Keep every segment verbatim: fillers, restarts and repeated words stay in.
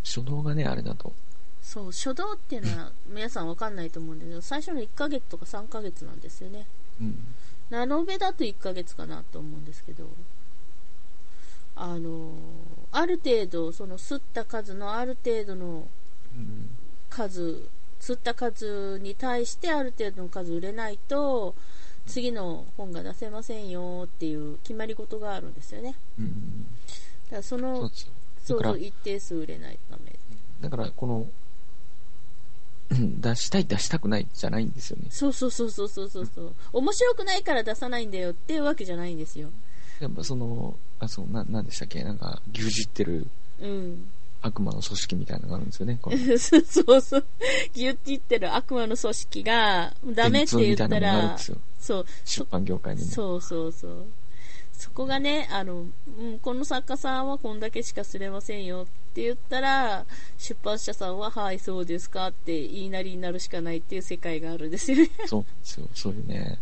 初動がね、あれだと。 そう、初動っていうのは皆さんわかんないと思うんだけど、最初のいっかげつとかさんかげつなんですよね。 うん。 ラノベだといっかげつかなと思うんですけど、あの、ある程度、その吸った数のある程度の数、うん、吸った数に対してある程度の数売れないと、次の本が出せませんよっていう決まり事があるんですよね。うん、だからその、そうそうそう、一定数売れないとダメ。 だから、この、出したい出したくないじゃないんですよね。 そうそうそうそうそうそう、うん、面白くないから出さないんだよっていうわけじゃないんですよ。 やっぱその、あ、そう、な、なんでしたっけ、なんか、牛耳ってる、うん。悪魔の組織みたいなのがあるんですよね。このそうそう。牛耳ってる悪魔の組織が、ダメって言ったら、 そう。出版業界にも。 そうそうそう。そこがね、あの、うん、この作家さんはこんだけしかすれませんよって言ったら、出版社さんは、はい、そうですかって言いなりになるしかないっていう世界があるんですよね。 そうですよ。そういうね。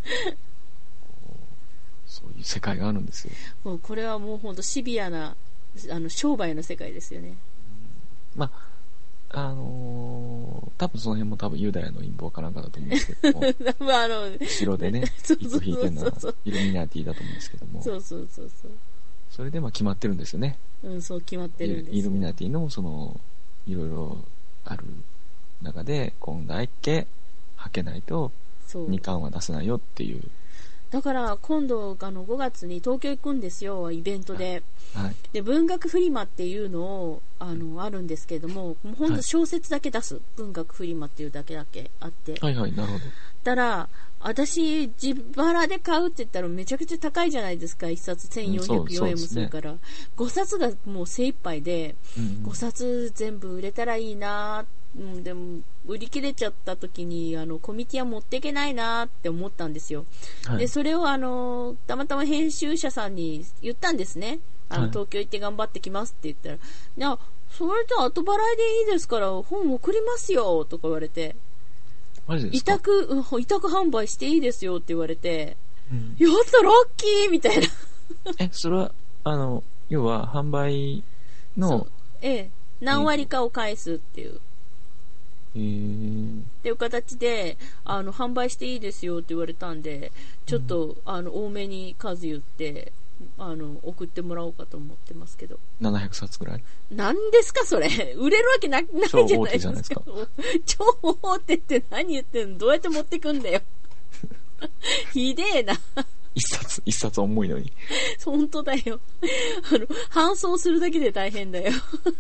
そういう世界があるんですよ。 もうこれはもう本当シビアな、あの、商売の世界ですよね。 まあ、あのー、多分その辺も多分ユダヤの陰謀かなんかだと思うんですけども。まあ、あの、後ろでね、糸引いてるのはイルミナティだと思うんですけども。 そうそうそうそう。 それでまあ決まってるんですよね。 うん、そう決まってるんですよ。 イルミナティのその、いろいろある中で、今だけ履けないと、にかんは出せないよっていう。 だから今度あのごがつに東京行くんですよ、イベントで。はい、で文学フリマっていうのをあのあるんですけれども、もうほんと小説だけ出す、はい、文学フリマっていうだけだけあって。 はいはい、なるほど。 たら私自腹で買うって言ったらめちゃくちゃ高いじゃないですか。いっさつせんよんひゃくよんえんもするから、うんね、ごさつがもう精一杯で、うんうん、ごさつ全部売れたらいいな、うん、でも売り切れちゃった時にあのコミティア持っていけないなって思ったんですよ、はい、でそれをあのたまたま編集者さんに言ったんですね。あの、はい、東京行って頑張ってきますって言ったら、いやそれと後払いでいいですから本送りますよとか言われて、 マジですか？ 委託、委託販売していいですよって言われて、うん、やったラッキーみたいなえ、それはあの要は販売のええ何割かを返すっていう、 えー、 っていう形であの販売していいですよって言われたんで、ちょっと、うん、あの多めに数言ってあの送ってもらおうかと思ってますけど。 ななひゃくさつぐらい？ 何ですかそれ、売れるわけ な, ないじゃないですか。 超大手じゃないですか。 超大手って何言ってんの、どうやって持ってくんだよひでえな一冊一冊重いのに。 本当だよ、あの搬送するだけで大変だよ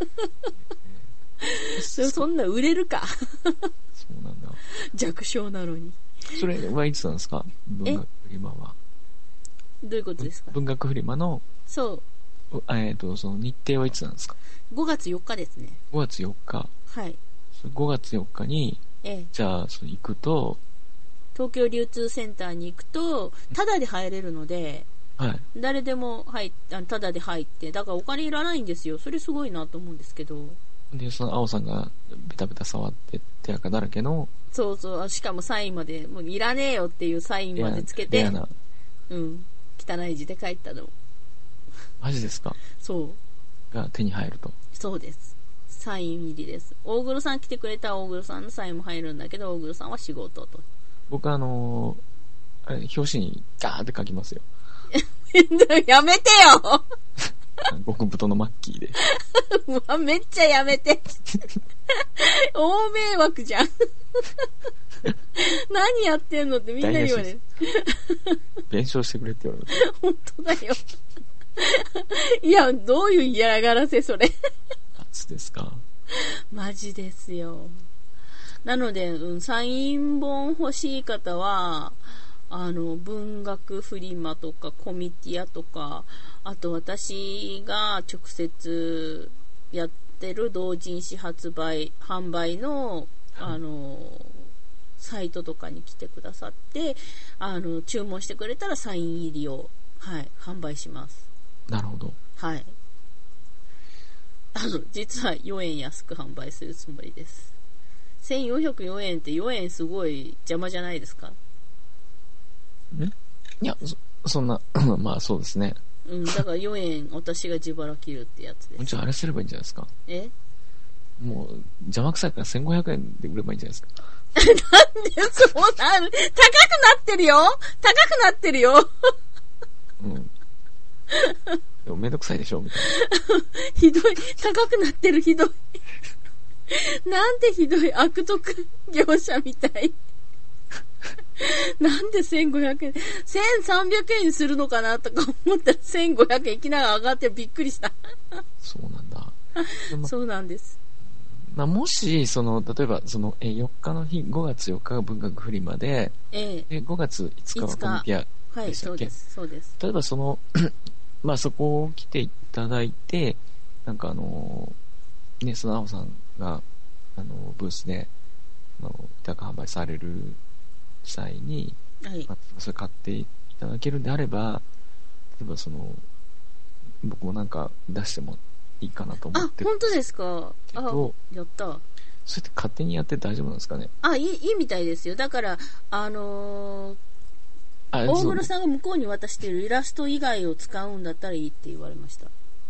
そんな売れるかそうなんだ。 弱小なのに。 それはいつなんですか？文学フリマは。 どういうことですか？ 文学フリマの、 そう、 えっと、その日程はいつなんですか？ ごがつよっかですね。 ごがつよっか。 はい。 ごがつよっかに、ええ、じゃあ、その行くと、 東京流通センターに行くと、タダで入れるので、はい、誰でも入っタダで入って、だからお金いらないんですよ。それすごいなと思うんですけど。 で、その青さんがベタベタ触って手垢だらけの、 そうそう、しかもサインまで、もういらねえよっていうサインまでつけて、レアな、うん、汚い字で書いたの。 マジですか？そう。が手に入ると。 そうです。サイン入りです。大黒さん来てくれたら大黒さんのサインも入るんだけど、大黒さんは仕事と。僕あのー、あれ表紙にガーって書きますよ。 やめてよ極太のマッキーで。 うわ、めっちゃやめて。大迷惑じゃん。何やってんのってみんなに言われる。 弁償してくれって言われる。 本当だよ。いや、どういう嫌がらせそれ。 初ですか？ マジですよ。なので、うん、サイン本欲しい方は、あの、文学フリマとかコミティアとか、あと私が直接やってる同人誌発売、販売の、あの、サイトとかに来てくださって、あの、注文してくれたらサイン入りを、はい、販売します。 なるほど。 はい。あの、実はよえん安く販売するつもりです。せんよんひゃくよえんってよえんすごい邪魔じゃないですか？ ん？いや、そ、そんな、まあそうですね。 うん、だからよえん私が自腹切るってやつです。 じゃああれすればいいんじゃないですか？ え？ もう、邪魔くさいからせんごひゃくえんで売ればいいんじゃないですか。 なんでそうなる？高くなってるよ高くなってるようん。でもめんどくさいでしょみたいな。 ひどい。高くなってる、ひどい。なんてひどい。悪徳業者みたい。なんでせんごひゃくえん、せんさんびゃくえんにするのかなとか思ったらせんごひゃくえんいきなり上がってびっくりした。 そうなんだ。 ま、そうなんです。 まあ、もし、その、例えば、その、え、よっかの日、ごがつよっかが文学フリマで、 ええ、 ごがついつかはコミティアでしたっけ？はい、そうです、そうです。例えばその、まあそこを来ていただいて、なんかあの、ね、その青さんが、あの、ブースで、あの、委託販売される際に、はい、まあ、それ買っていただけるんであれば、例えばその、僕もなんか出してもいいかなと思ってる。 あ、本当ですか？あ、やった。 それって勝手にやって大丈夫なんですかね？ あ、いい、いいみたいですよ。だから、あのー、大室さんが向こうに渡しているイラスト以外を使うんだったらいいって言われました。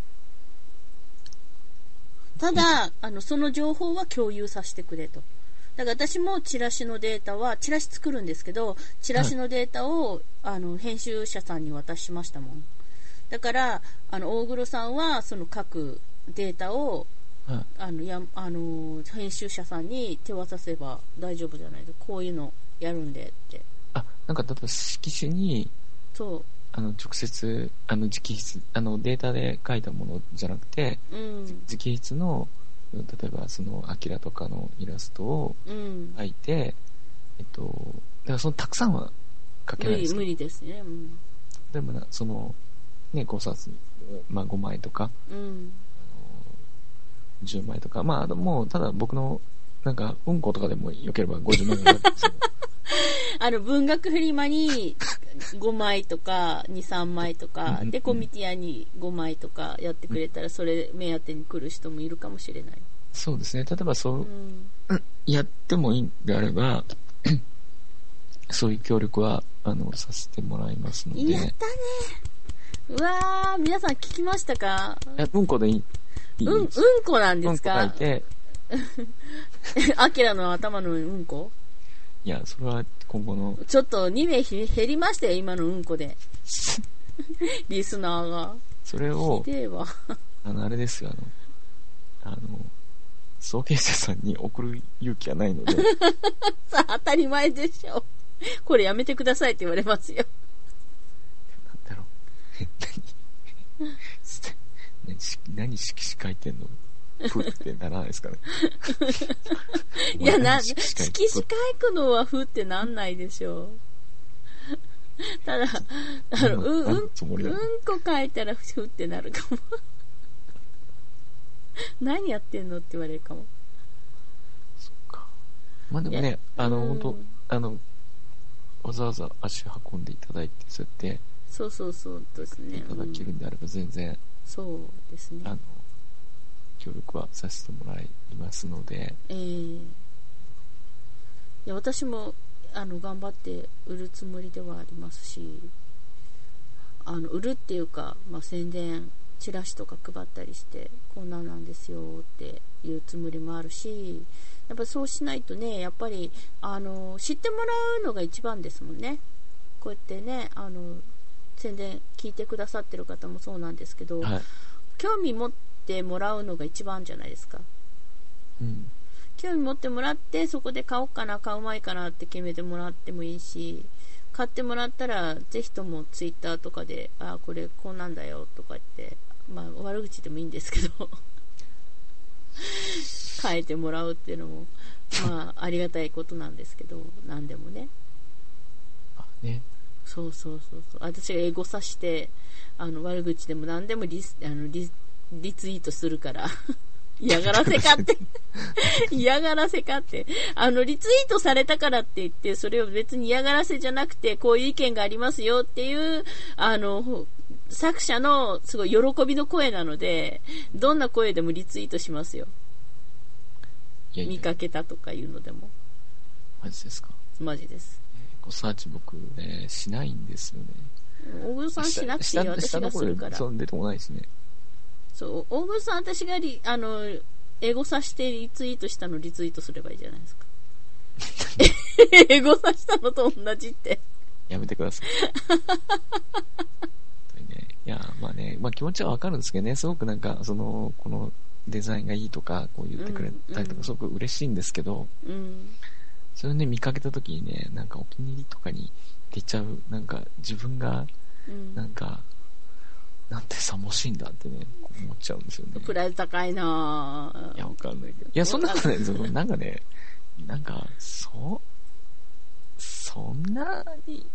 ただ、あの、その情報は共有させてくれと。だから私もチラシのデータは、チラシ作るんですけど、チラシのデータを、はい、あの、編集者さんに渡しましたもん。だから、あの、大黒さんは、その各データを、はい、あの、や、あの、編集者さんに手渡せば大丈夫じゃないですか。こういうのやるんでって。 あ、なんか、例えば色紙に、そう。あの、直接、あの、直筆、あの、データで書いたものじゃなくて、うん、直筆の、例えば、その、アキラとかのイラストを書いて、うん、えっと、だからその、たくさんは書けないです。 無理、無理ですね。うん、 でもな、その、ね、ごさつ、まあ、ごまいとか、うん、じゅうまいとか、まあ、あともう、ただ僕の、なんか、うんことかでもよければごじゅうまいぐらいですよ。 あの、文学フリマにごまいとか、に、さんまいとか、で、コミティアにごまいとかやってくれたら、それ目当てに来る人もいるかもしれない。 そうですね。例えばそう、うん、やってもいいんであれば、そういう協力は、あの、させてもらいますので。 やったね。うわー、皆さん聞きましたか？ え、うんこでいい？いいうん、うんこなんですか？ うんこ書いて。 アキラの頭のうんこ？ いや、それは今後の。 ちょっとにめい減りましたよ、今のうんこで。リスナーが。 それを、 ひでえわ。 あの、あれですよ、あの、あの、送迎者さんに送る勇気はないので。 さあ、当たり前でしょ。これやめてくださいって言われますよ。 なんだろう。何、何色紙書いてんの？ふってならないですかね。 いや、な、色紙書くのはふってなんないでしょう。ただ、あの、うん、うん、うんこ書いたらふってなるかも。何やってんのって言われるかも。 そっか。まあでもね、あの、本当あの、わざわざ足運んでいただいて、そうやって、 そうそうそうですね。 いただけるんであれば全然、 そうですね。 あの、協力はさせてもらいますので。 えー、いや私もあの頑張って売るつもりではありますし、あの売るっていうか、まあ、宣伝チラシとか配ったりしてこんなんなんですよっていうつもりもあるし、やっぱそうしないとね、やっぱりあの知ってもらうのが一番ですもんね。こうやってね、あの宣伝聞いてくださってる方もそうなんですけど、はい、興味持ってもらうのが一番じゃないですか。うん、興味持ってもらってそこで買おうかな買うまいかなって決めてもらってもいいし、買ってもらったらぜひともツイッターとかであこれこうなんだよとか言って、まあ悪口でもいいんですけど変えてもらうっていうのもまあありがたいことなんですけど、何でもね。 あね。 そうそうそうそう。私がエゴさしてあの悪口でも何でもリスあのリリツイートするから嫌がらせかって嫌がらせかってあのリツイートされたからって言ってそれを別に嫌がらせじゃなくてこういう意見がありますよっていうあの作者のすごい喜びの声なので、どんな声でもリツイートしますよ。いやいや見かけたとかいうのでも。 マジですか？マジです。 ごサーチ僕ねしないんですよね。 大黒さんしなくていいよ、私がするから。 そう出てこないですね。 そう、大黒さん私がリあのエゴサしてリツイートしたのリツイートすればいいじゃないですか。エゴサしたのと同じって。 やめてください。ね、いや、まあね、まあ気持ちはわかるんですけどね、すごくなんか、その、このデザインがいいとか、こう言ってくれたりとか、すごく嬉しいんですけど、うん、それをね、見かけたときにね、なんかお気に入りとかに出ちゃう、なんか自分が、なんか、うん、なんてさもしいんだってね、思っちゃうんですよね。 プライド高いなぁ。 いや、わかんないけど。いや、そんなことないですよ。なんかね、なんか、そう、そんなに、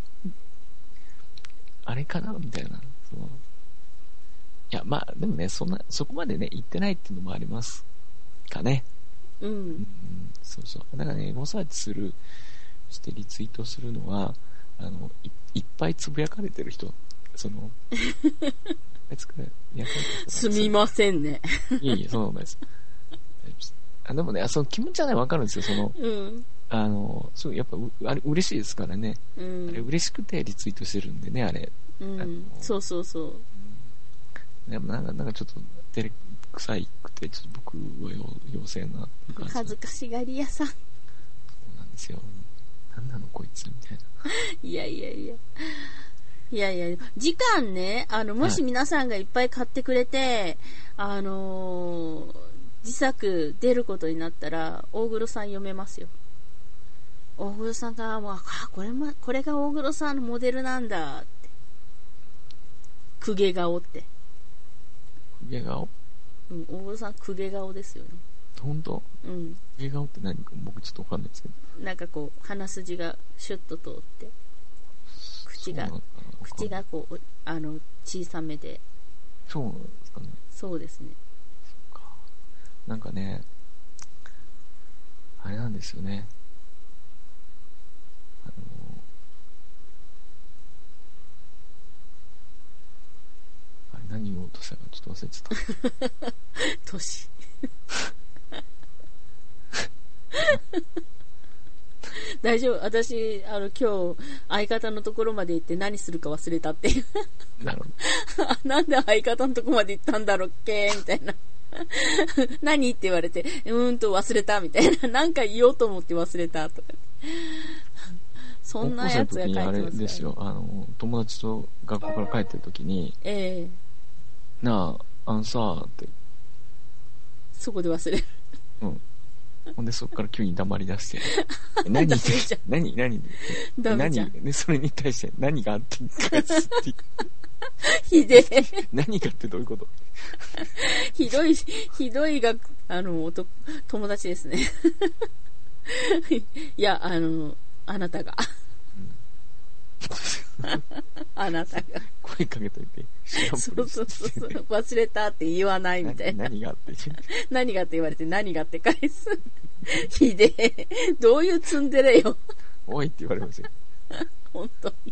あれかなみたいな。そのいや、まあ、でもね、そんな、そこまでね、言ってないっていうのもありますかね。うん。うん、そうそう。だからね、エゴサーチする、してリツイートするのは、あの、い, いっぱいつぶやかれてる人、その、いっぱいつぶやかれてる人。 すみませんね。 いえいえ、そうなんです。あでもね、その気持ちはね、わかるんですよ、その、うん、あの、そう、やっぱ、あれ、嬉しいですからね。うん、あれ、嬉しくてリツイートしてるんでね、あれ。 うん、そうそうそう。 でもなんか、なんかちょっと、照れくさいくて、ちょっと僕は陽性な感じ。 恥ずかしがり屋さん。 そうなんですよ。なんなのこいつみたいな。 いやいやいや。いやいや、時間ね、あの、もし皆さんがいっぱい買ってくれて、はい、あのー、自作出ることになったら、大黒さん読めますよ。大黒さんが、まあ、これも、これが大黒さんのモデルなんだって。公家顔って。 公家顔？ うん、大黒さん公家顔ですよね。 本当？うん。公家顔って何か僕ちょっとわかんないですけど。 なんかこう、鼻筋がシュッと通って、口が、口がこう、あの、小さめで。 そうなんですかね。 そうですね。 そっか。なんかね、あれなんですよね。あのー、あれ何言おうとしたかちょっと忘れちゃった。 年。大丈夫。私、あの、今日、相方のところまで行って何するか忘れたっていう。 なるほど。なんで相方のところまで行ったんだろうっけみたいな。何って言われて、うーんと忘れたみたいな。なんか言おうと思って忘れたとか。そんなやつが書いてますから、ね。 あれですよ。あの、友達と学校から帰ってる時に、ええー。なあ、あのさーって。 そこで忘れる。うん。 ほんでそこから急に黙り出して何言って何何何でそれに対して何があって返すってひでえ何がってどういうことひどいひどいがあの友達ですねいやあのあなたが、うん、あなたが声かけといてそうそうそうそう忘れたって言わないみたいな何があって何がって言われて何がって返すひでえどういうツンデレよおいって言われますよ本当に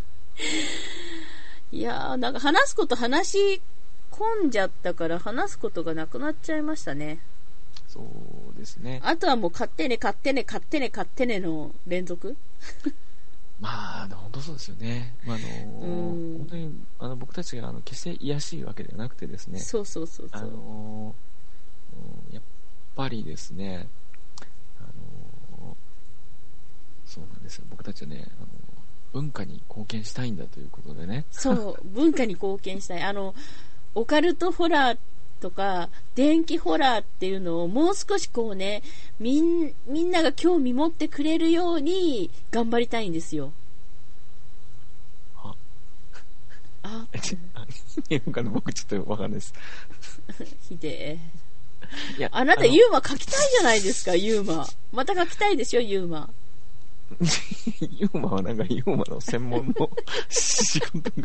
いやーなんか話すこと話し込んじゃったから話すことがなくなっちゃいましたね。 そうですね。 あとはもう買ってね買ってね買ってね買ってねの連続まあ本当そうですよね。まあ、あのー、本当にあの僕たちがあの決して癒やしいわけではなくてですね。 そうそうそうそう。 あのー、やっぱりですね、あのー、そうなんですよ。僕たちはね、あのー、文化に貢献したいんだということでね。 そう文化に貢献したい。あのオカルトホラーとか電気ホラーっていうのをもう少しこうねみんみんなが興味持ってくれるように頑張りたいんですよ。 ああ僕ちょっとわかんないですひでえいやあなたユーマ書きたいじゃないですかユーマまた書きたいでしょユーマユーマはなんかユーマの専門の仕事が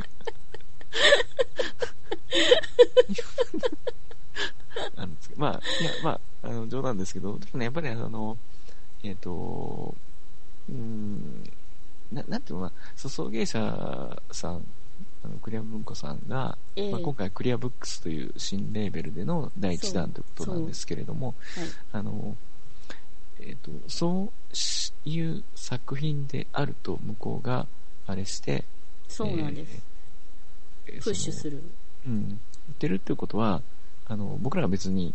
なんですけどまあいやまああの冗談ですけどでもねやっぱりあのえっ、ー、とうーんななんていうのかな送迎者さんあのクリア文庫さんが、えーまあ、今回クリアブックスという新レーベルでのだいいちだんということなんですけれども、はい、あのえーと、そういう作品であると向こうがあれしてそうなんです、えー、プッシュするうん言ってるっていうことはあの僕らが別に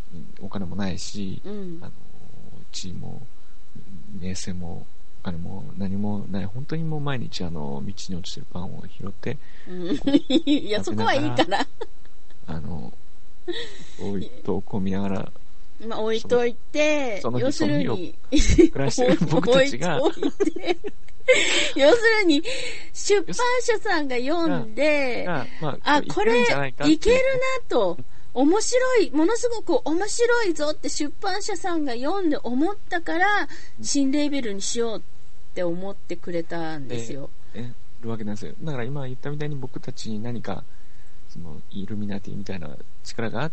お金もないし、 うん、 あの地位も名声もお金も何もない、本当にもう毎日あの道に落ちてるパンを拾って、 うん、いやそこはいいからあの投稿を見ながら、 まあ、置いといて、要するに暮らしてる僕たちが要するに出版社さんが読んで、まあ、あこれいけるなと、面白い、ものすごく面白いぞって出版社さんが読んで思ったから新レーベルにしようって思ってくれたんですよ。 ええるわけなんですよ。だから今言ったみたいに僕たちに何かそのイルミナティみたいな力があって、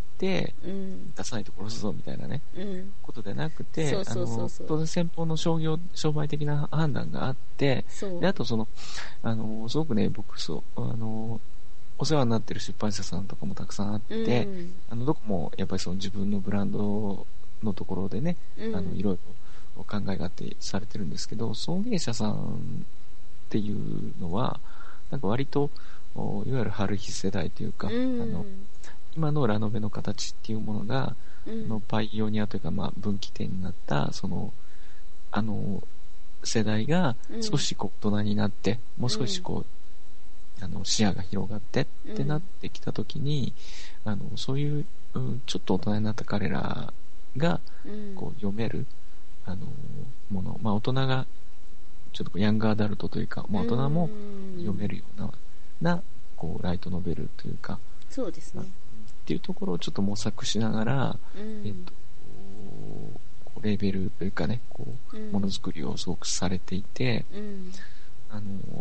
うん、出さないと殺すぞみたいなね、うん、ことでなくて、当然先方の商業商売的な判断があって、であとそのあのすごくね僕そうあのお世話になってる出版社さんとかもたくさんあって、うん、あのどこもやっぱりその自分のブランドのところでね、うん、あのいろいろ考えがあってされてるんですけど、送迎者さんっていうのはなんか割といわゆる春日世代というか、うん、あの今のラノベの形っていうものが、うん、のパイオニアというか、まあ、分岐点になったそのあの世代が少しこう大人になって、うん、もう少しこうあの視野が広がってってなってきたときに、うん、あのそういう、うん、ちょっと大人になった彼らがこう読める、あのもの、まあ、大人がちょっとこうヤングアダルトというか、まあ、大人も読めるような、なこうライトノベルというか、 そうですね、 っていうところをちょっと模索しながら、うん、えっと、こうレーベルというかね、こう、うん、ものづくりをすごくされていて、うん、あの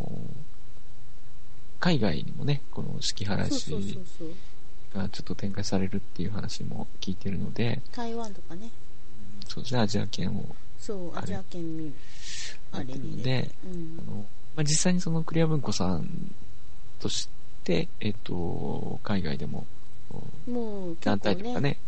海外にもねこの四季原市がちょっと展開されるっていう話も聞いてるので、 台湾とかね、 そうですね、アジア圏をそうアジア圏見るあれにで、うん、あのまあ、実際にそのクリア文庫さんとして、えっと、海外でももう団体とかね、 うん、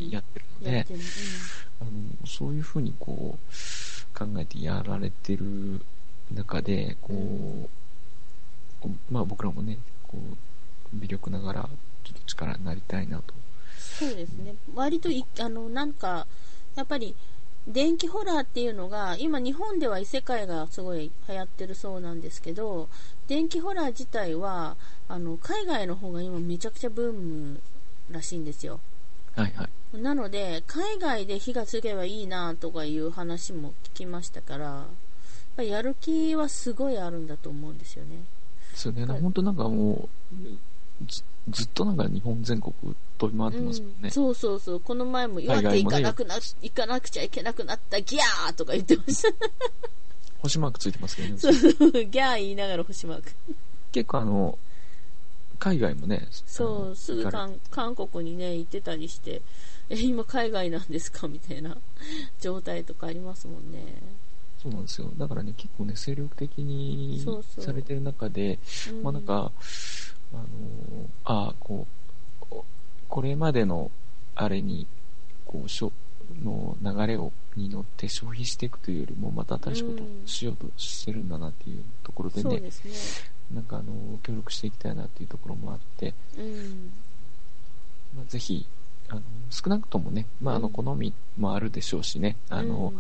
やってるので、うん、あのそういうふうにこう考えてやられてる中でこう、うん、まあ、僕らもねこう微力ながらちょっと力になりたいなと。 そうですね、割といあのなんかやっぱり電気ホラーっていうのが今日本では異世界がすごい流行ってるそうなんですけど、電気ホラー自体はあの海外の方が今めちゃくちゃブームらしいんですよ。 はいはい。 なので海外で火がつけばいいなとかいう話も聞きましたから、やっぱやる気はすごいあるんだと思うんですよね。 そうね、本当なんかもうず, ずっとなんか日本全国飛び回ってますもんね、 うん、そうそうそう、この前も岩手行かなくな、ね、行かなくちゃいけなくなったギャーとか言ってました星マークついてますけどね。 そうそうギャー言いながら星マーク結構あの海外もね、 そうすぐ韓国にね行ってたりして、え今海外なんですかみたいな状態とかありますもんね。 そうなんですよ。だからね結構ね精力的にされてる中で、そうそう、まあなんか、うん、あのあこうこれまでのあれにこうしょの流れをに乗って消費していくというよりもまた新しいことをしようとしてるんだなっていうところでね、うん、そうですね、なんかあの協力していきたいなっていうところもあって、うんまあ、ぜひあの少なくともね、まあ、あの好みもあるでしょうしね、うん、あの、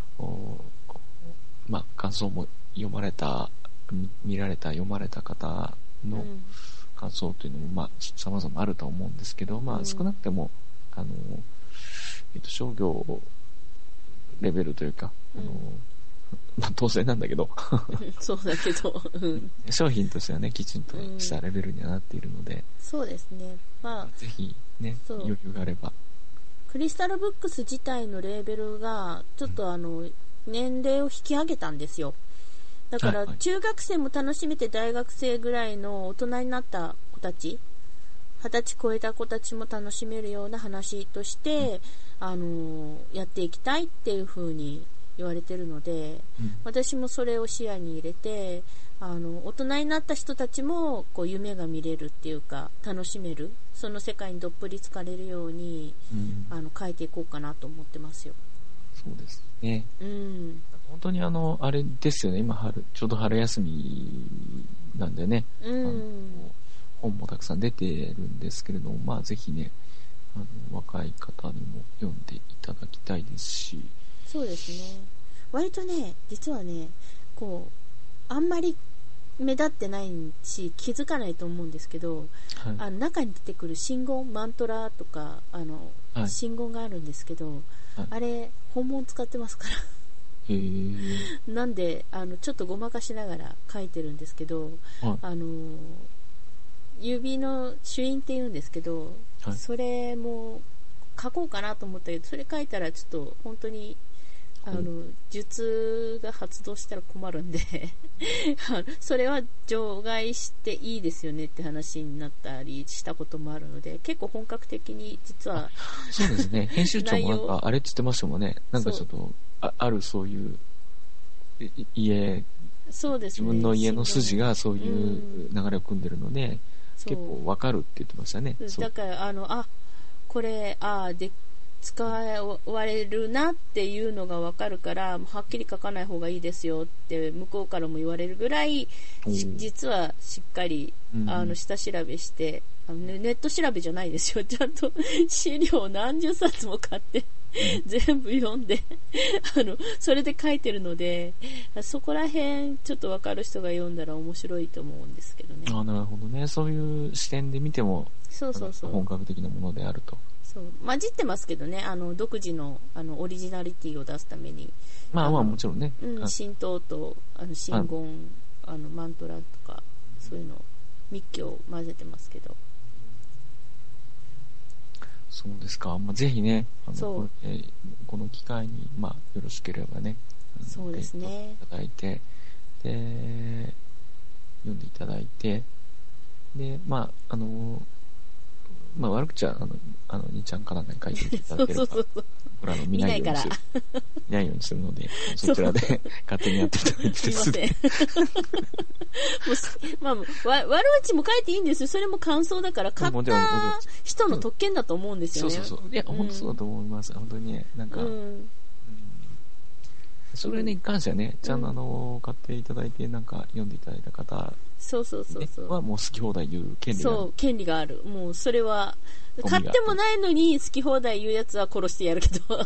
まあ、感想も読まれた 見, 見られた読まれた方の感想というのも、まあ、様々あると思うんですけど、まあ、少なくてもあの、えっと、商業レベルというか、あのまあ、当然なんだけどそうだけど、うん、 商品としてはねきちんとしたレベルにはなっているので、うん、 そうですね、まあ、 ぜひね余裕があれば。 クリスタルブックス自体のレーベルがちょっとあの、うん、年齢を引き上げたんですよ。だから中学生も楽しめて大学生ぐらいの大人になった子たち、二十歳超えた子たちも楽しめるような話として、うん、あのやっていきたいっていう風に言われてるので、うん、私もそれを視野に入れて、あの大人になった人たちもこう夢が見れるっていうか楽しめる、その世界にどっぷり浸かれるように、うん、あの書いていこうかなと思ってますよ。 そうですね、うん、本当にあのあれですよね、今春ちょうど春休みなんでね、うん、あの本もたくさん出てるんですけれども、まあぜひねあの若い方にも読んでいただきたいですし。 そうですね。割とね、実はね、こうあんまり目立ってないし気づかないと思うんですけど、はい、あの中に出てくる真言マントラとかあの、はい、真言があるんですけど、はい、あれ本物使ってますからへなんであのちょっとごまかしながら書いてるんですけど、はい、あの指の朱印って言うんですけど、はい、それも書こうかなと思ったけど、それ書いたらちょっと本当にあの術が発動したら困るんでそれは除外していいですよねって話になったりしたこともあるので、結構本格的に実はそうですね。編集長もなんかあれって言ってましたもんね。なんかちょっと あ, あるそういう家、 そうですね、 自分の家の筋がそういう流れを組んでるので、うん、結構わかるって言ってましたね。 だからあのあこれあで使われるなっていうのが分かるから、はっきり書かない方がいいですよって向こうからも言われるぐらい、実はしっかり、うん、あの下調べして、あのネット調べじゃないですよ、ちゃんと資料何十冊も買って全部読んであのそれで書いてるので、そこら辺ちょっと分かる人が読んだら面白いと思うんですけどね。 あ、なるほどね。そういう視点で見てもそうそうそう、 本格的なものであると。 そう混じってますけどね、あの独自 の, あのオリジナリティを出すために、 まあまあもちろんね、 うん、神道とあの真言、あのマントラとかそういうの密教を混ぜてますけど。 そうですか、まあ、ぜひねあのそうこれこの機会に、まあ、よろしければね、 そうですね、 いただいて、で読んでいただいて、でまああのまあ、悪口はあのあの兄ちゃんかなんかに書いていただければ、 そうそうそう、 これあの見ないようにする見ないようにするので、そちらで勝手にやっていただいてですすいませんもう、まあ、悪口も書いていいんですよ。それも感想だから、買った人の特権だと思うんですよね。 そうそうそう、いや、うん、本当そうだと思います。本当にね、なんか、うん、それに関してはね、ちゃんとあの、買っていただいて、なんか読んでいただいた方、 そうそうそうそう、 はもう好き放題言う権利がある。 そう、権利がある。もうそれは買ってもないのに好き放題言うやつは殺してやるけど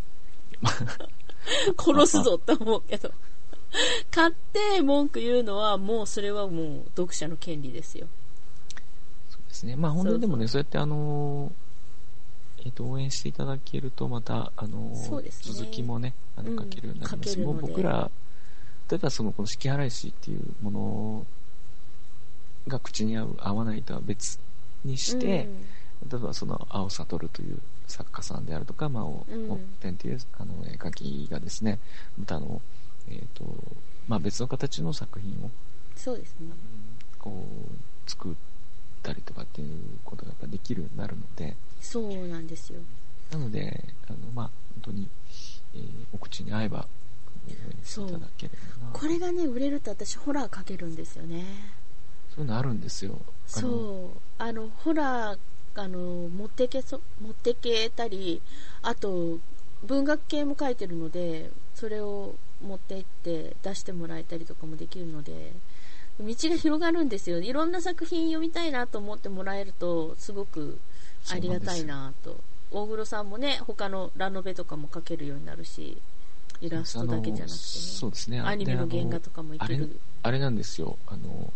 殺すぞって思うけど買って文句言うのはもうそれはもう読者の権利ですよ。 そうですね。まあ本当にでもね、そうやってあのえっと応援していただけるとまたあの、ね、続きもねあの書けるようになりますし、もう僕ら例えばそのこの式払い師っていうものが口に合う合わないとは別にして、うん、例えばその青悟という作家さんであるとか、まあ、お天というあの絵描きがですね、またあの、えーとまあ、別の形の作品をそうですね、 こう作ったりとかっていうことがやっぱできるようになるので、 そうなんですよ。 なのであの、まあ、本当に、えー、お口に合えば応援していただければな。 これがね売れると私ホラー描けるんですよね。 そういうのあるんですよ。 そうあのホラーあの持ってけそ持ってけたり、あと文学系も書いてるのでそれを持って行って出してもらえたりとかもできるので、道が広がるんですよ。いろんな作品読みたいなと思ってもらえるとすごくありがたいなと。大黒さんもね他のラノベとかも書けるようになるし、イラストだけじゃなくてね、 そうですね、 アニメの原画とかもいける。 あれ、あれなんですよ、あの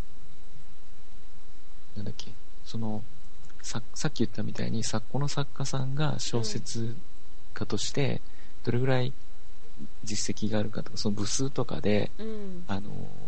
なんだっけ、その さ, さっき言ったみたいにさこの作家さんが小説家としてどれぐらい実績があるかとか、その部数とかで、うん、あの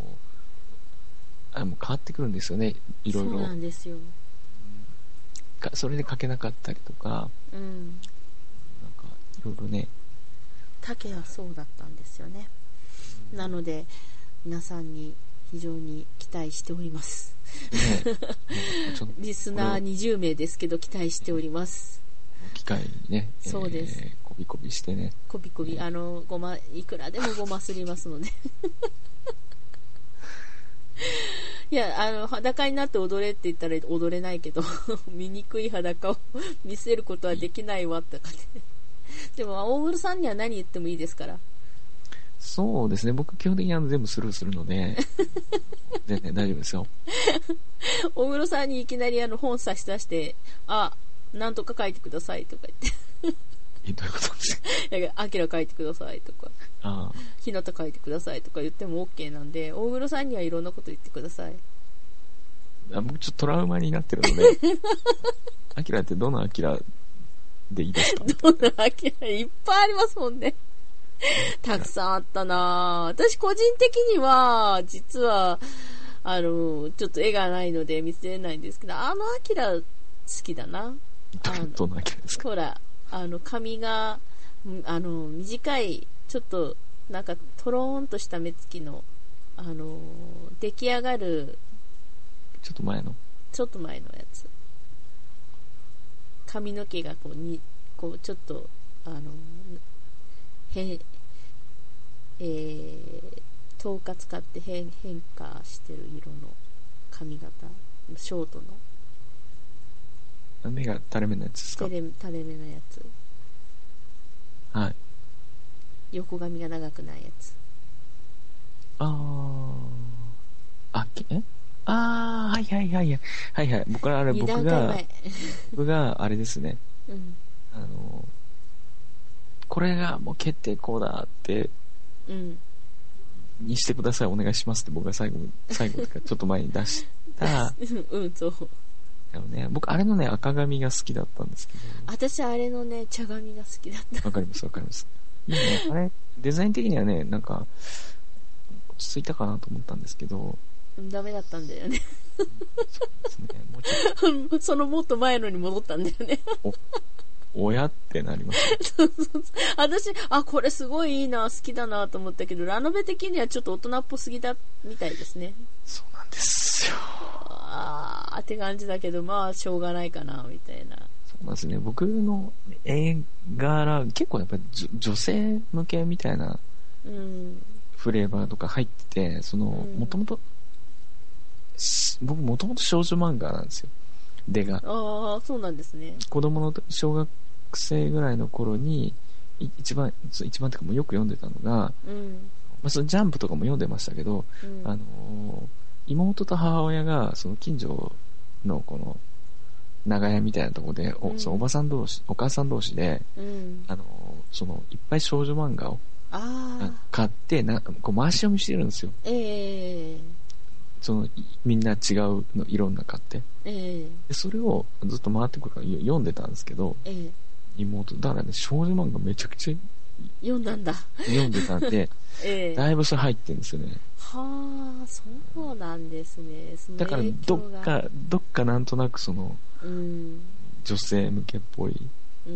あもう変わってくるんですよね、いろいろ。 そうなんですよ。 それで書けなかったりとか、うん、なんかいろいろね。 竹はそうだったんですよね。うん、なので皆さんに非常に期待しております。ね、リスナーにじゅうめいですけど期待しております。 機会にね、 そうです。 えー、こびこびしてね。 こびこび、あのごまいくらでもごますりますので。いやあの裸になって踊れって言ったら踊れないけど醜い裸を見せることはできないわって感じで。でも大黒さんには何言ってもいいですから。 そうですね、僕基本的にあの全部スルーするので全然大丈夫ですよ。 大黒さんにいきなりあの本差し出して、あ、なんとか書いてくださいとか言ってえ、どういうことですか？ アキラ書いてくださいとか、あひなた書いてくださいとか言っても OK なんで、大黒さんにはいろんなこと言ってください。 あ、僕ちょっとトラウマになってるので、アキラってどのアキラでいいですか？ どのアキラいっぱいありますもんね。たくさんあったなぁ。私個人的には、実は、あの、ちょっと絵がないので見せれないんですけど、あのアキラ好きだな。 あのどのアキラですか？ ほら、あの、髪が、あの、短い、ちょっと、なんか、トローンとした目つきの、あの、出来上がる、 ちょっと前のちょっと前のやつ。髪の毛がこう、に、こう、ちょっと、あの、変、えー、頭化使って変、変化してる色の髪型、ショートの。 目が垂れ目のやつですか？ 垂れ、垂れ目のやつ。 はい。 横髪が長くないやつ。 あー。あ、えあー、はいはいはいはい。はいはい。僕はあれ、僕が、僕があれですね。うん。あの、これがもう決定こうだって、うん。にしてください、お願いしますって僕が最後、最後とかちょっと前に出した。 うん、そう。 あのね、僕あれのね、赤髪が好きだったんですけど。 私あれのね、茶髪が好きだった。 わかりますわかります。でもね、あれ、デザイン的にはね、なんか、落ち着いたかなと思ったんですけど。 ダメだったんだよね。そうですね、もうちょっと。そのもっと前のに戻ったんだよね。 お親ってなります、ね、 そうそうそう。私、あ、これすごいいいな、好きだなと思ったけど、ラノベ的にはちょっと大人っぽすぎだみたいですね。 そうなんですよ。 あーって感じだけど、まあ、しょうがないかな、みたいな。 そうなんですね。僕の映画ら、結構やっぱり女性向けみたいなフレーバーとか入ってて、その、もともと、僕もともと少女漫画なんですよ。出が。 ああ、そうなんですね。 子供の小学生ぐらいの頃に、一番、一番っていうかもうよく読んでたのが、うんまあ、そのジャンプとかも読んでましたけど、うん、あの妹と母親がその近所のこの長屋みたいなところで、うん、おそのおばさん同士お母さん同士で、うん、あのそのいっぱい少女漫画を買ってなこう回し読みしてるんですよ。えー、そのみんな違うのいろんな買って、えー、でそれをずっと回ってくるから読んでたんですけど、えー、妹だからね少女漫画めちゃくちゃ読んだんだ読んでたんで、えー、だいぶそれ入ってるんですよね。 はあ、そうなんですね。そのだからどっかどっかなんとなくその、うん、女性向けっぽい、うん、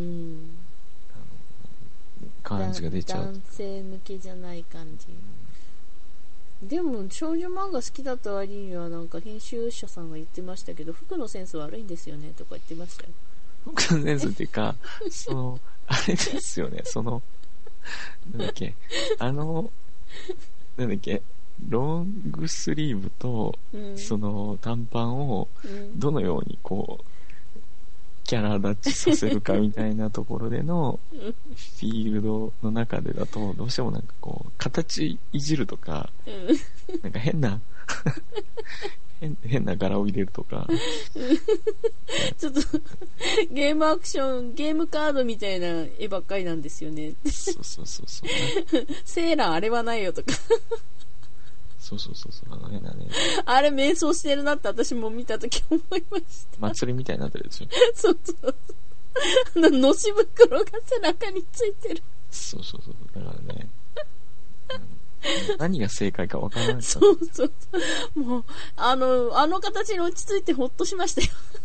あの感じが出ちゃう。 男性向けじゃない感じ。うん、でも少女漫画好きだった割にはなんか編集者さんが言ってましたけど、服のセンス悪いんですよねとか言ってましたよ。 服のセンスっていうか、そのあれですよね。そのなんだっけあのなんだっけロングスリーブと、うん、その短パンをどのようにこうキャラ立ちさせるかみたいなところでのフィールドの中でだとどうしてもなんかこう形いじるとか、うん、なんか変な変, 変な柄を入れるとかちょっとゲームアクションゲームカードみたいな絵ばっかりなんですよね。 そうそうそうそうセーラーあれはないよとかそうそうそうそう、あの変なね。 あれ瞑想してるなって私も見たとき思いました。 祭りみたいになってるでしょ。 そうそうそう。あの、のし袋が背中についてる。 そうそうそう。だからね。うん、何が正解かわからない。 そうそうそう。もう、あの、あの形に落ち着いてほっとしましたよ。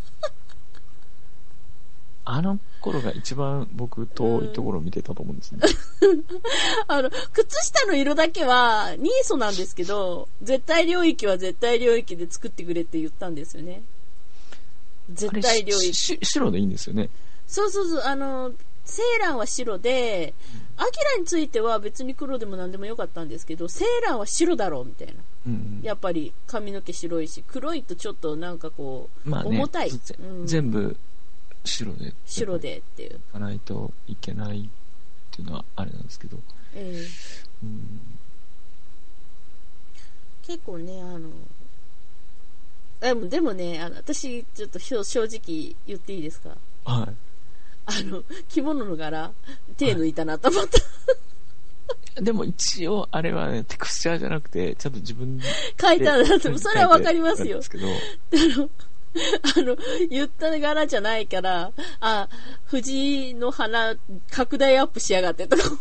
あの頃が一番僕遠いところを見てたと思うんですね。 あの、靴下の色だけはニーソなんですけど、絶対領域は絶対領域で作ってくれって言ったんですよね。絶対領域。 白でいいんですよね。 そうそうそう、あの、セーランは白で、アキラについては別に黒でも何でもよかったんですけど、セーランは白だろうみたいな。うんうん、やっぱり髪の毛白いし、黒いとちょっとなんかこう、まあね、重たい。 うん、全部、白で白でっていう行かないといけないっていうのはあれなんですけど、えーうん、 結構ねあのでもでもねあの私ちょっと正直言っていいですか。 はい。 あの、着物の柄、手抜いたなと思った。 はい、でも一応、あれはね、テクスチャーじゃなくて、ちゃんと自分で書いたんだと、それはわかりますよ。 ですけど、 あの、あの、言った柄じゃないから、あ、藤の花、拡大アップしやがってとか思って。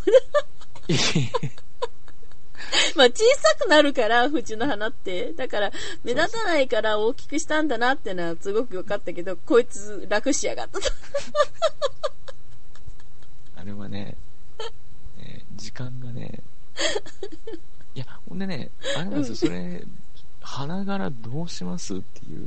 まあ小さくなるから、藤の花って。だから、目立たないから大きくしたんだなってのはすごく分かったけど、こいつ楽しやがった。 あれはね、ね時間がね、いや、ほんでね、あれなんですよ、それ、花柄どうしますっていう、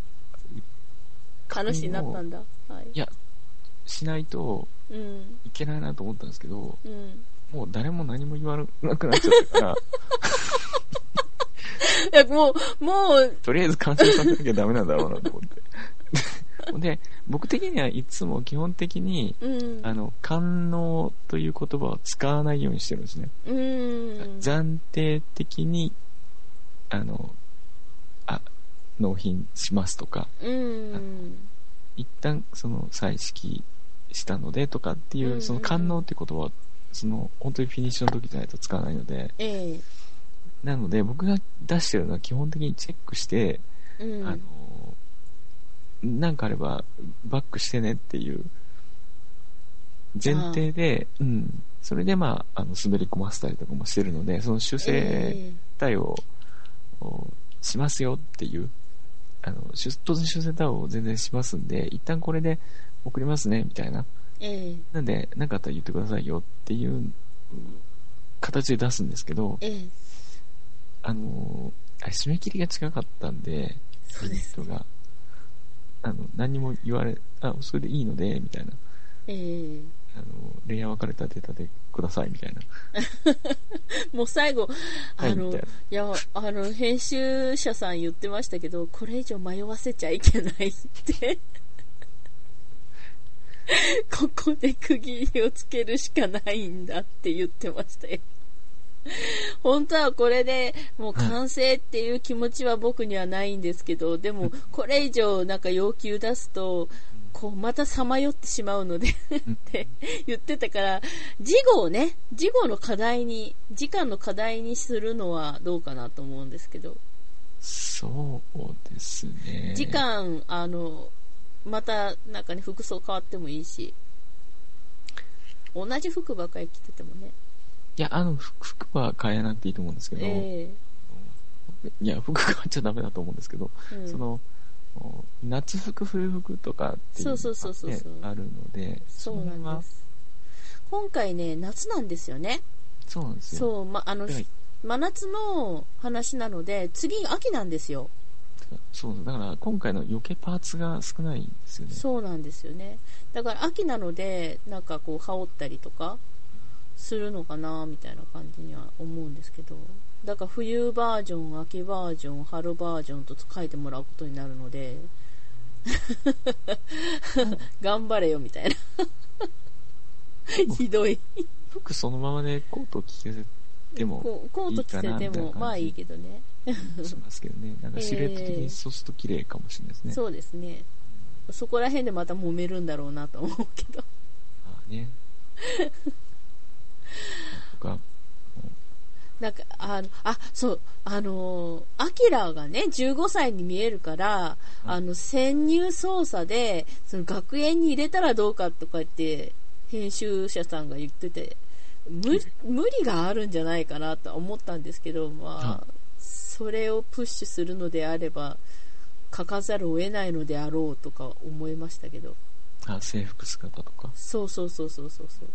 話になったんだ。はい。いや、しないといけないなと思ったんですけど、うん、もう誰も何も言わなくなっちゃったから。 いや、もう、もう。 とりあえず完成させなきゃダメなんだろうなと思って。で、僕的にはいつも基本的に、うん、あの、官能という言葉を使わないようにしてるんですね。うん、暫定的に、あの、あ、納品しますとか、うん、一旦その彩色したのでとかっていう、うん、その官能って言葉はその本当にフィニッシュの時じゃないと使わないので、ええ、なので僕が出してるのは基本的にチェックして、うん、あのなんかあればバックしてねっていう前提で、うん、それでまあ、あの滑り込ませたりとかもしてるので、その修正対応をしますよっていう、あの当然修正対応を全然しますんで、一旦これで送りますねみたいな、ええ、なんで何かあったら言ってくださいよっていう形で出すんですけど、ええ、あの締め切りが近かったんで、 そうです、 人があの何も言われ、あ、それでいいのでみたいな、ええ、あのレイヤー分かれたデータでくださいみたいな。 もう最後、あの、はい、いや、あの編集者さん言ってましたけど、これ以上迷わせちゃいけないって。ここで区切りをつけるしかないんだって言ってましたよ。本当はこれでもう完成っていう気持ちは僕にはないんですけど、でもこれ以上なんか要求出すとこうまたさまよってしまうのでって言ってたから、事後をね、事後の課題に、時間の課題にするのはどうかなと思うんですけど。 そうですね。 時間、あのまたなんかね、服装変わってもいいし、同じ服ばっかり着ててもね。 いや、あの服は変えなくていいと思うんですけど、えー、いや服変わっちゃダメだと思うんですけど、うん、その夏服冬服とかっていうのが、ね、あるので、 そうなんです。今回ね、夏なんですよね。 そうなんですよ。 そう、ま、あの、はい、真夏の話なので、次秋なんですよ。 そうだから今回の余計パーツが少ないんですよね。 そうなんですよね。だから秋なのでなんかこう羽織ったりとかするのかなみたいな感じには思うんですけど、だから冬バージョン、秋バージョン、春バージョンと書いてもらうことになるので頑張れよみたいなひどい。 服そのままでコート着せてもいいかなみたいな感じ。コート着せてもまあいいけどねしますけどね。なんかシルエット的にそうすると綺麗かもしれないですね。 えー、そうですね。そこら辺でまた揉めるんだろうなと思うけど。ああね。とか。なんかあのあそうあのアキラがねじゅうごさいに見えるから、うん、あの潜入捜査でその学園に入れたらどうかとかって編集者さんが言ってて、無, 無理があるんじゃないかなと思ったんですけど、まあ、うん、それをプッシュするのであれば書かざるを得ないのであろうとか思いましたけど。 あ、制服姿とか。 そうそうそうそうそうそう。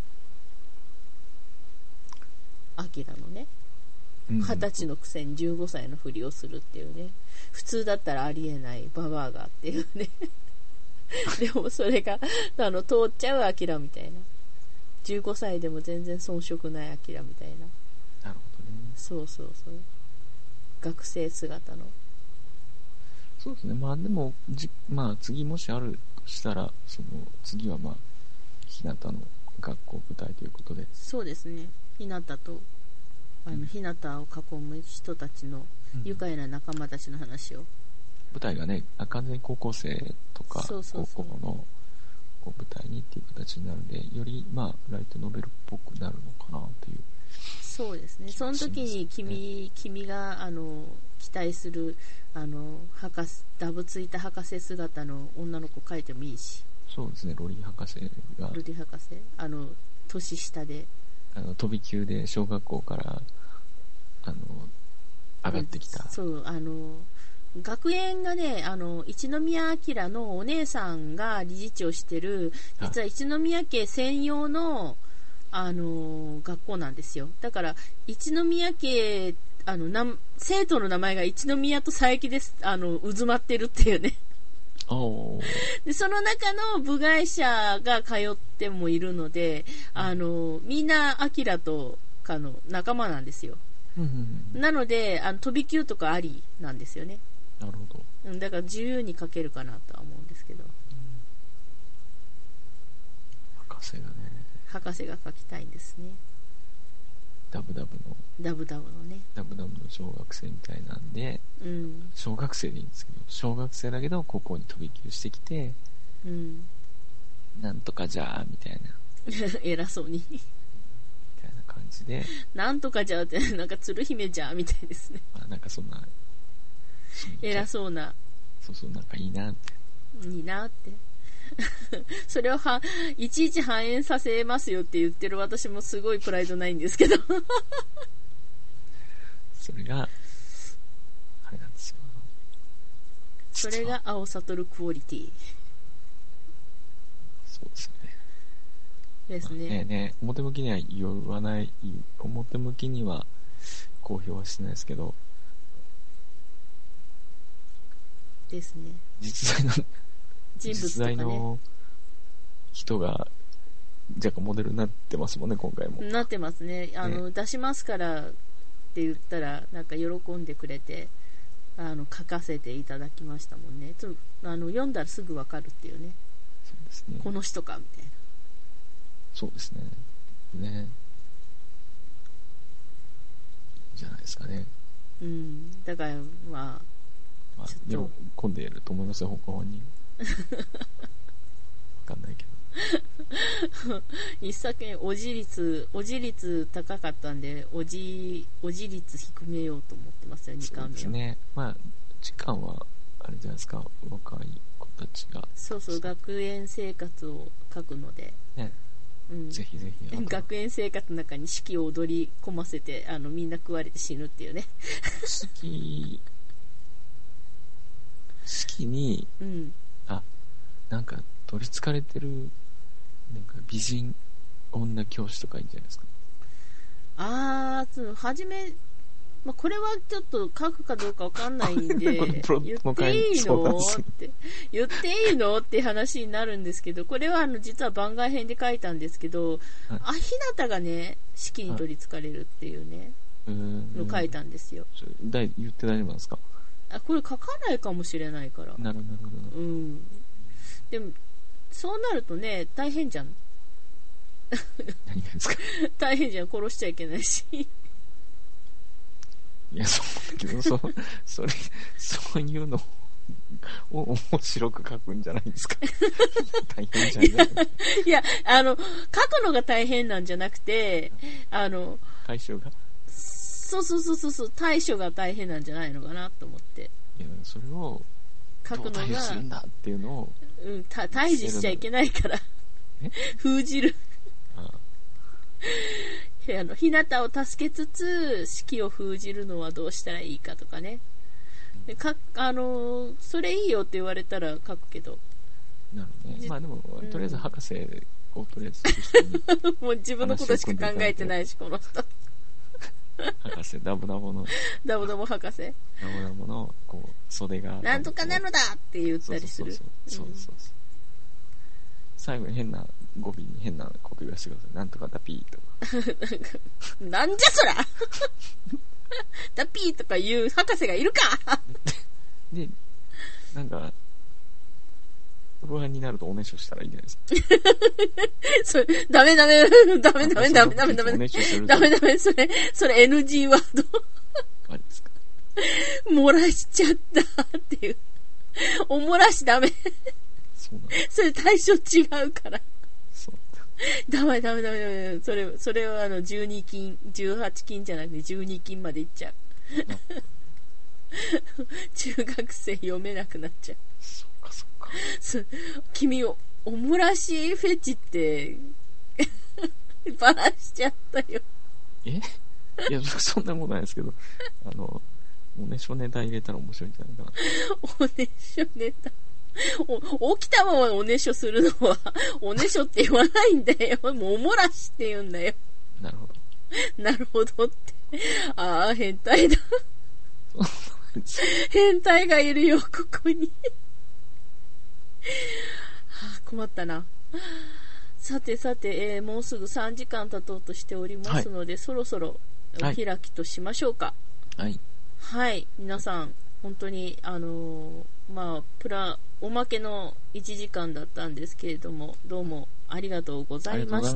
アキラのね、二十歳のくせにじゅうごさいのふりをするっていうね、普通だったらありえないババアがっていうねでもそれがあの通っちゃうアキラみたいな、じゅうごさいでも全然遜色ないアキラみたいな。 なるほどね。 そうそうそう、学生姿の。 そうですね。まあでもじ、まあ、次もしあるとしたら、その次はまあ日向の学校舞台ということで。 そうですね。日向とあの、うん、日向を囲む人たちの愉快な仲間たちの話を。うん、 舞台がね、完全に高校生とかそうそうそう高校のこう舞台にっていう形になるんで、よりまあライトノベルっぽくなるのかなという。 そうですね。その時に君、君があの期待するあの博士、ダブついた博士姿の女の子描いてもいいし。 そうですね。ロリー博士が。 ロリー博士、あの年下で、 あの飛び級で小学校からあの上がってきた。 そう、あの学園がね、あの一宮彰のお姉さんが理事長してる、実は一宮家専用のあの学校なんですよ。だから一宮家、あのな生徒の名前が一宮と佐伯です、あの渦まってるっていうね。でその中の部外者が通ってもいるので、あのみんな彰とかの仲間なんですよ。なのであの飛び級とかありなんですよね。 なるほど。だから自由に書けるかなとは思うんですけど、うん、 博士がね、 博士が書きたいんですね。 ダブダブのダブダブのねダブダブの小学生みたいなんで、うん、小学生でいいんですけど、小学生だけど高校に飛び級してきて、うん、なんとかじゃーみたいな偉そうにみたいな感じで、 なんとかじゃーってなんか鶴姫じゃーみたいですね。 あ、なんかそんな偉そうな、 そうそう、なんかいいなっていいなってそれをはいちいち反映させますよって言ってる私もすごいプライドないんですけどそれがあれなんですよ。 それが青悟クオリティ。 そうですね。 ですね。 まあ、ねね、表向きには言わない、表向きには公表はしてないですけど。 ですね。 実在の人物とかね、 実在の人が若干モデルになってますもんね、今回も。 なってますね。あの、ね、出しますからって言ったらなんか喜んでくれて、あの書かせていただきましたもんね。ちょっとあの読んだらすぐわかるっていうね。 そうですね。 この人かみたいな。 そうですね。ね。じゃないですかね。 うん。だからまあ。 まあ、喜んでいると思いますよ、他に。わかんないけど。一作目、おじ率、おじ率高かったんで、おじ、おじ率低めようと思ってますよ、にかんめは。 そうですね。まあ、時間は、あれじゃないですか、若い子たちが。 そうそう、学園生活を書くので。 ね。うん、ぜひぜひ。 学園生活の中に四季を踊り込ませて、あの、みんな食われて死ぬっていうね。 四季、四季に、うん、あ、なんか取り憑かれてるなんか美人女教師とかいいんじゃないですか。 あー、はじめ、まあ、これはちょっと書くかどうかわかんないんで言っていいのって言っていいのって話になるんですけど、これはあの実は番外編で書いたんですけど、はい、あ、ひなたがね四季に取り憑かれるっていうね、はい、の書いたんですよ。 だい言って大丈夫なんですか。 あ、これ書かないかもしれないから。 なるほど。 うん。でもそうなるとね大変じゃん。 何がですか。 大変じゃん、殺しちゃいけないし。いや、そうだけど、そそれそういうのを面白く書くんじゃないですか。大変じゃない。 いや、あの書くのが大変なんじゃなくて、あの対象が。 そうそうそうそう、対処が大変なんじゃないのかなと思って。 いや、それを書くのがどう対処するんだっていうのを、 うん、た対峙しちゃいけないから封じる。ああ、あの日向を助けつつ四季を封じるのはどうしたらいいかとかね。でかあのそれいいよって言われたら書くけど。 なるほどね。まあでも、うん、とりあえず博士をとりあえずもう自分のことしか考えてないしこの人。 博士ダブダボのダブダボ博士ダブダボのこう袖がなんとかなのだって言ったりする。 そうそうそうそう、うん、そう最後に変な語尾に変なこと言わせてください。なんとかダピーとかなんじゃそらダピーとか言う博士がいるかでなんか不安になるとおねしょしたらいいんじゃないですか。 それダメダメダメダメダメダメダメダメダメダメ、それそれ エヌジー ワードあれですか。 漏らしちゃったっていうお漏らしダメ。 そそうなんだ。 それ対象違うから。 そうダメダメダメダメ。それ、それはあのじゅうにきん、じゅうはちきんじゃなくてじゅうにきんまでいっちゃう。中学生読めなくなっちゃう。 そっかそっか。 君を、おもらしフェチって、バラしちゃったよ。 えいや、そんなことないですけど、あの、おねしょネタ入れたら面白いんじゃないかな。 おねしょネタ。お、起きたままおねしょするのは、おねしょって言わないんだよ。もうおもらしって言うんだよ。 なるほど。 なるほどって。ああ、変態だ。変態がいるよ、ここに。はあ、困ったな。さてさて、えー、もうすぐさんじかん経とうとしておりますので、はい、そろそろお開きとしましょうか。 はい。 はい、皆さん、本当に、あのー、まあ、プラ、おまけのいちじかんだったんですけれども、どうもありがとうございました。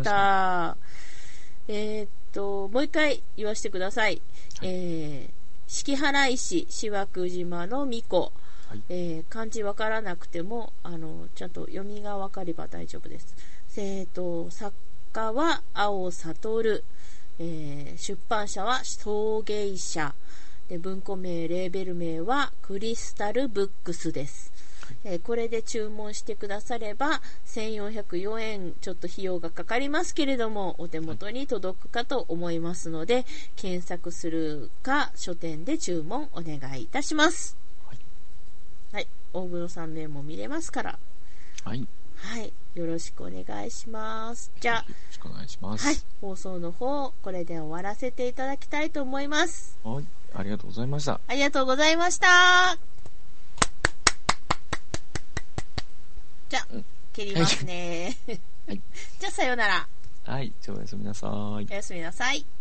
えー、っと、もう一回言わせてください。はい、えー、式原石、岩久島の巫女。はい、えー、漢字わからなくても、あの、ちゃんと読みがわかれば大丈夫です。えーと、作家は青悟、えー、出版社は陶芸社で、文庫名レーベル名はクリスタルブックスです、はい、えー、これで注文してくださればせんよんひゃくよえんちょっと費用がかかりますけれどもお手元に届くかと思いますので、はい、検索するか書店で注文お願いいたします。はい、はい、大黒さんの絵も見れますから、 はいはい、よろしくお願いします。じゃあ、 よろしくお願いします。 はい、放送の方、これで終わらせていただきたいと思います。 はい、ありがとうございました。 ありがとうございました。じゃあ、うん、切りますね。はい、じゃあ、さようなら。 はい、じゃあおやすみなさい。 おやすみなさい。